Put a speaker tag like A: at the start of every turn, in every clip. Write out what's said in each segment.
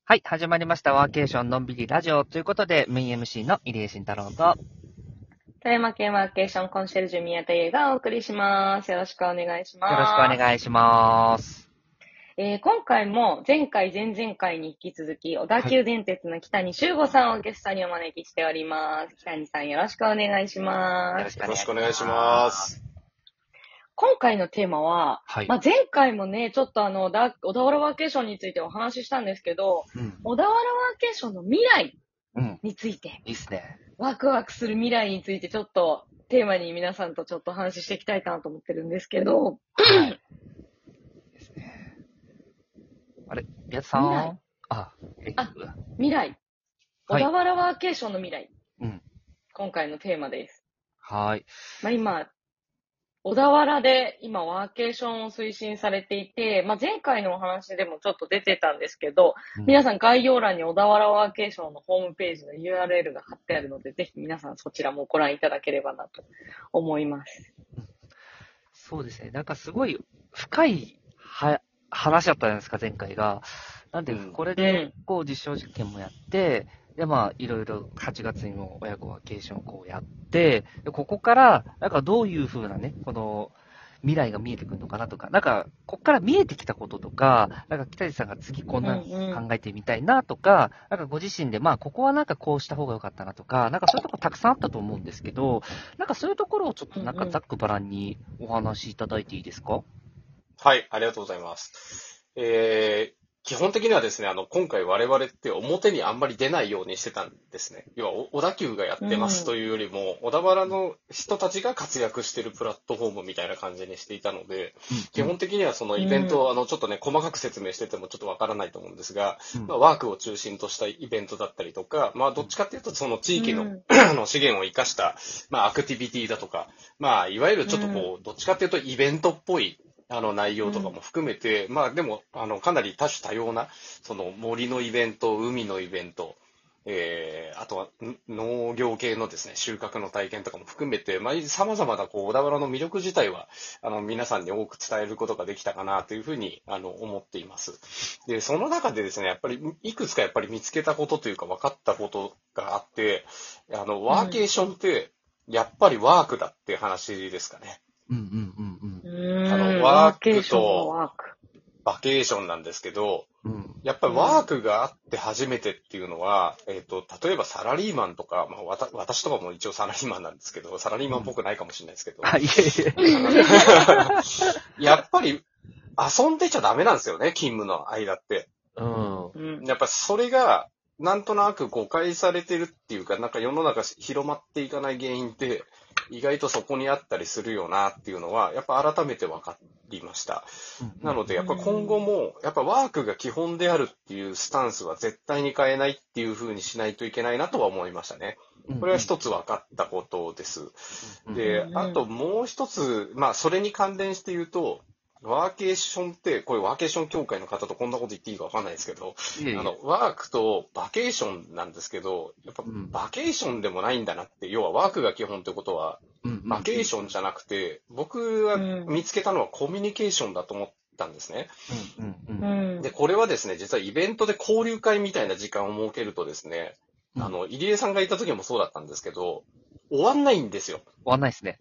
A: はい、始まりました。ワーケーションのんびりラジオということで、メイン MC の入江慎太郎と、
B: 富山県ワーケーションコンシェルジュ宮田優がお送りします。よろしくお願いし
A: よろしくお
B: ます。
A: 願いします。
B: 今回も前回、前々回に引き続き、小田
A: はい、
B: 急電鉄の北に修吾さんをゲストにお招きしております。北にさんよろしくお願いします。
A: よろしくお
C: よろ
A: 願いしま
C: しくお願いしま
A: す。
C: す。
B: 今回のテーマは、
A: はい。
B: 前回もね、ちょっと小田原ワーケーションについてお話ししたんですけど、
A: うん。
B: 小田原ワーケーションの未来
A: うん。
B: について、
A: いいっすね。
B: ワクワクする未来についてちょっとテーマに皆さんとちょっと話していきたいかなと思ってるんですけど、
A: はい。ですね。あれ、宮田さ
B: 未来
A: んあ、
B: 未来。小
A: はい。
B: 田原ワーケーションの未来。
A: うん。
B: 今回のテーマです。
A: はい。
B: 今、小田原で今ワーケーションを推進されていて、前回のお話でもちょっと出てたんですけど、
A: うん。
B: 皆さん概要欄に小田原ワーケーションのホームページの URL が貼ってあるので、ぜひ皆さんそちらもご覧いただければなと思います。
A: そうですね。なんかすごい深い話だったじゃないですか、前回が。なんで、これで、実証実験もやって、で、いろいろ8月にも親子ワーケーションをやって、でここから、なんかどういう風なね、この未来が見えてくるのかなとか、なんか、ここから見えてきたこととか、なんか北地さんが次こんな考えてみたいなとか、なんかご自身で、ここはなんかこうした方が良かったなとか、なんかそういうとこたくさんあったと思うんですけど、なんかそういうところをちょっとなんかざっくばらんにお話しいただいていいですか？
C: はい、ありがとうございます。基本的にはですね、今回我々って表にあんまり出ないようにしてたんですね。要は、小田急がやってますというよりも、小田原の人たちが活躍しているプラットフォームみたいな感じにしていたので、基本的にはそのイベントを、ちょっとね、細かく説明しててもちょっとわからないと思うんですが、ワークを中心としたイベントだったりとか、どっちかっていうと、その地域の、資源を生かした、アクティビティだとか、いわゆるちょっとどっちかっていうとイベントっぽい、内容とかも含めて、でも、かなり多種多様な、その森のイベント、海のイベント、あとは農業系のですね、収穫の体験とかも含めて、様々な、小田原の魅力自体は、皆さんに多く伝えることができたかなというふうに、思っています。で、その中でですね、やっぱり、いくつかやっぱり見つけたことというか分かったことがあって、ワーケーションって、やっぱりワークだって話ですかね。ワークとバケーションなんですけど、やっぱりワークがあって初めてっていうのは、例えばサラリーマンとか、私とかも一応サラリーマンなんですけど、サラリーマンっぽくないかもしれないですけど、やっぱり遊んでちゃダメなんですよね、勤務の間って。やっぱそれが、なんとなく誤解されてるっていうか、なんか世の中広まっていかない原因って、意外とそこにあったりするよなっていうのは、やっぱ改めて分かりました。なので、やっぱ今後も、やっぱワークが基本であるっていうスタンスは絶対に変えないっていう風にしないといけないなとは思いましたね。これは一つ分かったことです。で、あともう一つ、それに関連して言うと、ワーケーションって、これワーケーション協会の方とこんなこと言っていいかわかんないですけど、ワークとバケーションなんですけど、やっぱバケーションでもないんだなって、要はワークが基本ってことは、バケーションじゃなくて、僕は見つけたのはコミュニケーションだと思ったんですね。で、これはですね、実はイベントで交流会みたいな時間を設けるとですね、入江さんがいた時もそうだったんですけど、終わんないんですよ。
A: 終わんないですね。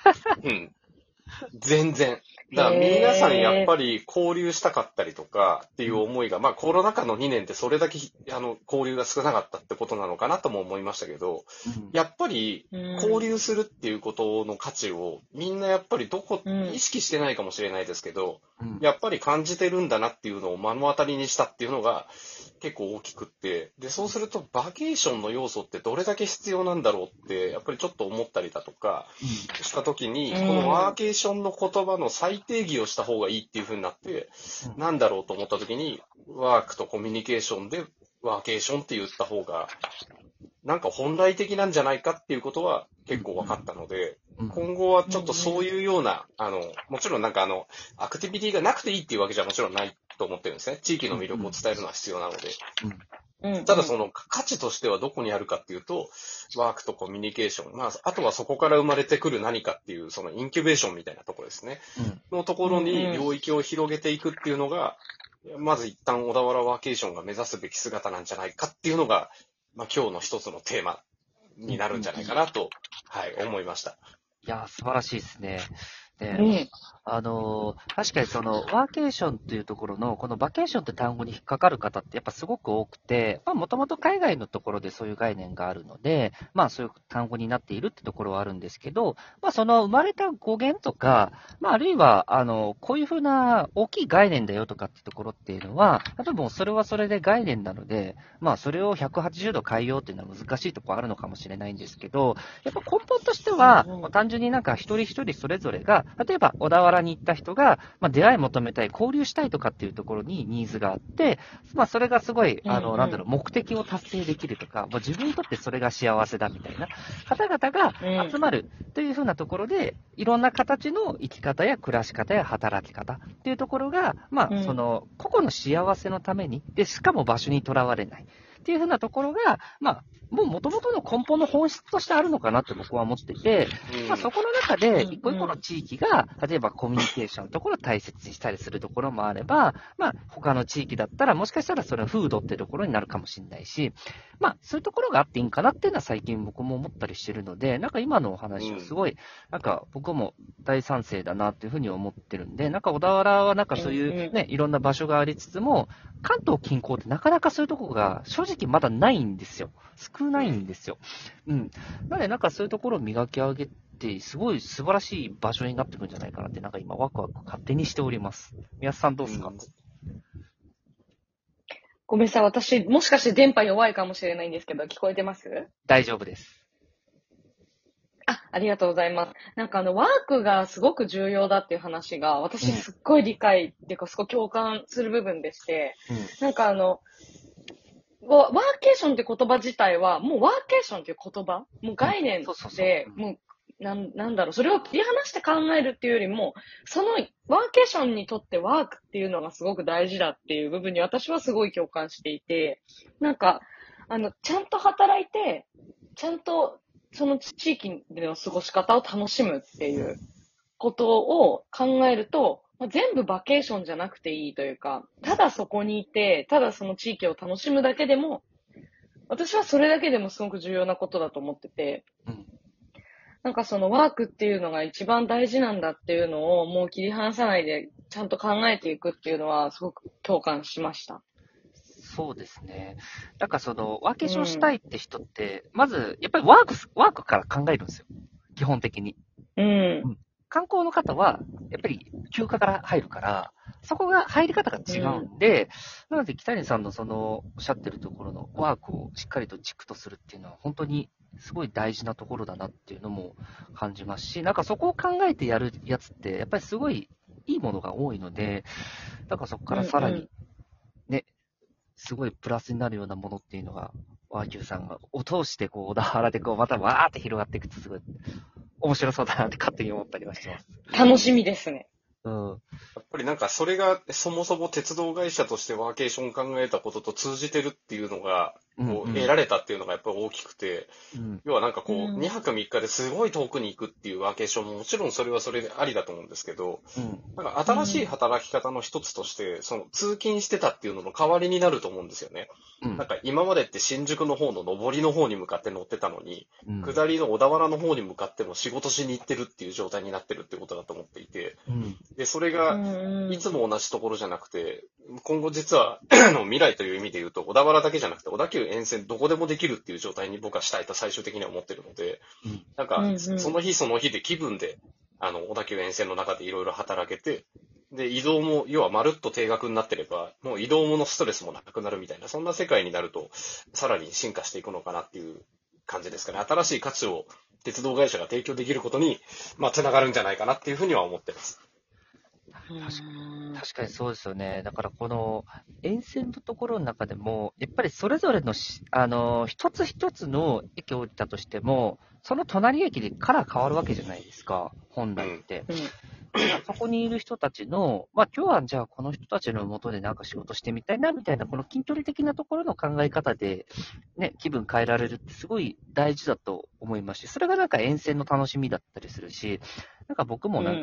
C: 全然。だから皆さんやっぱり交流したかったりとかっていう思いが、コロナ禍の2年ってそれだけ交流が少なかったってことなのかなとも思いましたけど、やっぱり交流するっていうことの価値をみんなやっぱり意識してないかもしれないですけど、やっぱり感じてるんだなっていうのを目の当たりにしたっていうのが結構大きくって、で、そうするとバケーションの要素ってどれだけ必要なんだろうって、やっぱりちょっと思ったりだとかしたときに、このワーケーションの言葉の再定義をした方がいいっていう風になって、なんだろうと思ったときに、ワークとコミュニケーションでワーケーションって言った方が、なんか本来的なんじゃないかっていうことは結構分かったので、今後はちょっとそういうような、もちろんなんかアクティビティがなくていいっていうわけじゃもちろんないと思ってるんですね。地域の魅力を伝えるのは必要なので。ただその価値としてはどこにあるかっていうと、ワークとコミュニケーション。あとはそこから生まれてくる何かっていう、そのインキュベーションみたいなところですね。のところに領域を広げていくっていうのが、 まず一旦小田原ワーケーションが目指すべき姿なんじゃないかっていうのが、まあ今日の一つのテーマになるんじゃないかなと、はい、思いました。
A: いや、素晴らしいですね。で、
B: うん。
A: 確かにその、ワーケーションっていうところの、このバケーションって単語に引っかかる方ってやっぱすごく多くて、まあもともと海外のところでそういう概念があるので、まあそういう単語になっているってところはあるんですけど、まあその生まれた語源とか、まああるいは、こういうふうな大きい概念だよとかってところっていうのは、例えばもうそれはそれで概念なので、まあそれを180度変えようっていうのは難しいところあるのかもしれないんですけど、やっぱ根本としては、
B: うんうん
A: 単純になんか一人一人それぞれが、例えば小田原に行った人が、まあ、出会い求めたい、交流したいとかっていうところにニーズがあって、まあ、それがすごい、なんだろう、目的を達成できるとか、もう自分にとってそれが幸せだみたいな方々が集まるというふうなところで、いろんな形の生き方や暮らし方や働き方っていうところが、まあ、その、個々の幸せのために、で、しかも場所にとらわれない。っていうふうなところが、まあ、もう元々の根本の本質としてあるのかなって僕は思っていて、まあそこの中で一個一個の地域が、例えばコミュニケーションのところを大切にしたりするところもあれば、まあ他の地域だったらもしかしたらそれは風土ってところになるかもしれないし、まあそういうところがあっていいんかなっていうのは最近僕も思ったりしてるので、なんか今のお話はすごい、なんか僕も大賛成だなっていうふうに思ってるんで、なんか小田原はなんかそういうね、いろんな場所がありつつも、関東近郊ってなかなかそういうところが正直まだないんですよ。少ないんですよ。うん。なのでなんかそういうところを磨き上げて、すごい素晴らしい場所になってくるんじゃないかなって、なんか今ワクワク勝手にしております。宮津さんどうですか？
B: ごめんなさい。私、もしかして電波弱いかもしれないんですけど、聞こえてます？
A: 大丈夫です。
B: ありがとうございます。なんかワークがすごく重要だっていう話が、私すっごい理解っていうか、すごい共感する部分でして、なんかワーケーションって言葉自体は、もうワーケーションっていう言葉、もう概念で、もう、なんだろう、それを切り離して考えるっていうよりも、そのワーケーションにとってワークっていうのがすごく大事だっていう部分に私はすごい共感していて、なんか、ちゃんと働いて、ちゃんとその地域での過ごし方を楽しむっていうことを考えると、全部バケーションじゃなくていいというか、ただそこにいて、ただその地域を楽しむだけでも、私はそれだけでもすごく重要なことだと思ってて、なんかそのワークっていうのが一番大事なんだっていうのをもう切り離さないでちゃんと考えていくっていうのはすごく共感しました。
A: そうですね。なんかその、ワーケーションしたいって人って、まず、やっぱりワークから考えるんですよ。基本的に。観光の方は、やっぱり休暇から入るから、そこが入り方が違うんで、なので北谷さんのその、おっしゃってるところのワークをしっかりと軸とするっていうのは、本当にすごい大事なところだなっていうのも感じますし、なんかそこを考えてやるやつって、やっぱりすごいいいものが多いので、なんかそこからさらにね、すごいプラスになるようなものっていうのが、ワーキューさんがを通して、こう、小田原でこう、またわーって広がっていくとすごい面白そうだなって勝手に思ったりはしてます。
B: 楽しみですね。
C: やっぱりなんかそれがそもそも鉄道会社としてワーケーション考えたことと通じてるっていうのが、こう得られたっていうのがやっぱり大きくて、要はなんかこう、2泊3日ですごい遠くに行くっていうワーケーションももちろんそれはそれでありだと思うんですけど、なんか新しい働き方の一つとして、その通勤してたっていうのの代わりになると思うんですよね。なんか今までって新宿の方の上りの方に向かって乗ってたのに、下りの小田原の方に向かっても仕事しに行ってるっていう状態になってるってことだと思っていて、で、それがいつも同じところじゃなくて、今後実は未来という意味で言うと、小田原だけじゃなくて小田急沿線どこでもできるっていう状態に僕はしたいと最終的には思ってるので、なんかその日その日で気分で、小田急沿線の中でいろいろ働けて、で、移動も、要はまるっと定額になってれば、もう移動ものストレスもなくなるみたいな、そんな世界になると、さらに進化していくのかなっていう感じですかね。新しい価値を鉄道会社が提供できることに、まあ、つながるんじゃないかなっていうふうには思ってます。
A: 確かにそうですよね。だからこの沿線のところの中でも、やっぱりそれぞれの一つ一つの駅を降りたとしても、その隣駅でカラー変わるわけじゃないですか、本来って。そこにいる人たちの、まあ今日はじゃあこの人たちのもとでなんか仕事してみたいなみたいな、この筋トレ的なところの考え方で、ね、気分変えられるってすごい大事だと思いますし、それがなんか沿線の楽しみだったりするし、なんか僕もなんか、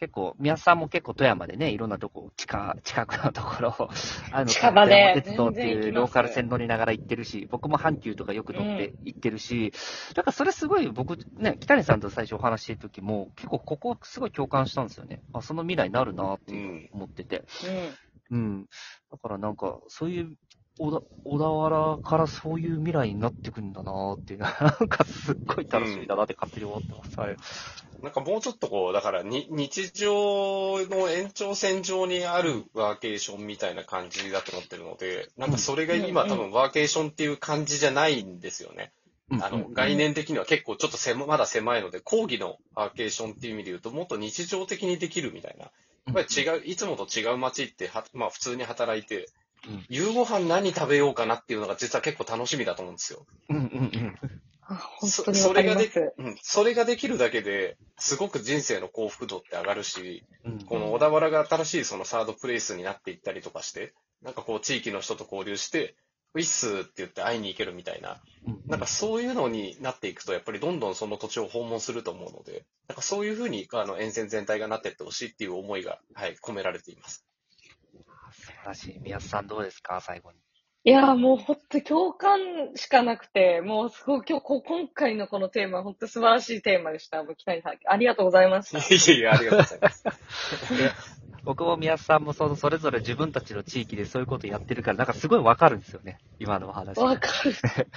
A: 結構、宮津さんも結構富山でね、いろんなとこ、近くのところを、
B: 近場で
A: 富山鉄道っていう
B: 全然行きます
A: ローカル線乗りながら行ってるし、僕も阪急とかよく乗って行ってるし、だからそれすごい僕、ね、北谷さんと最初お話ししてる時も、結構ここすごい共感したんですよね。あ、その未来になるなっていう思ってて。だからなんか、そういう、小田原からそういう未来になってくんだなーっていうのは、なんかすっごい楽しみだなって勝手に思ってます。はい。
C: なんかもうちょっとこう、だから日常の延長線上にあるワーケーションみたいな感じだと思ってるので、なんかそれが今多分ワーケーションっていう感じじゃないんですよね。概念的には結構ちょっとまだ狭いので、講義のワーケーションっていう意味で言うと、もっと日常的にできるみたいな。やっぱりいつもと違う街ってまあ普通に働いて、夕ご飯何食べようかなっていうのが実は結構楽しみだと思うんですよ。
B: 本当にわかります。
C: それができるだけですごく人生の幸福度って上がるし、この小田原が新しいそのサードプレイスになっていったりとかして、なんかこう地域の人と交流して、ウィッスって言って会いに行けるみたいな、なんかそういうのになっていくと、やっぱりどんどんその土地を訪問すると思うので、なんかそういうふうに沿線全体がなっていってほしいっていう思いが、はい、込められています。
A: 素晴らしい。宮津さんどうですか、最後に。
B: いや、もう本当共感しかなくて、もうすごい今回のこのテーマ、本当素晴らしいテーマでした。もう北谷さん、ありがとうございました。
C: いえいえ、ありがとうございます。
A: 僕も宮津さんもそれぞれ自分たちの地域でそういうことやってるから、なんかすごいわかるんですよね。今のお話。
B: わかる。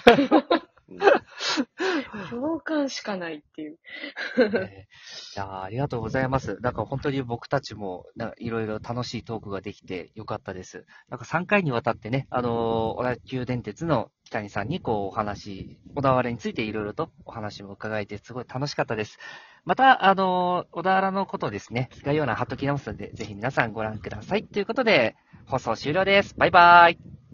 B: 共感しかないっていう。
A: いやありがとうございます。なんか本当に僕たちもいろいろ楽しいトークができてよかったです。なんか3回にわたってね、小田急電鉄の北谷さんに小田原についていろいろとお話も伺えてすごい楽しかったです。また、小田原のことをですね、概要欄貼っときますので、ぜひ皆さんご覧ください。ということで、放送終了です。バイバイ。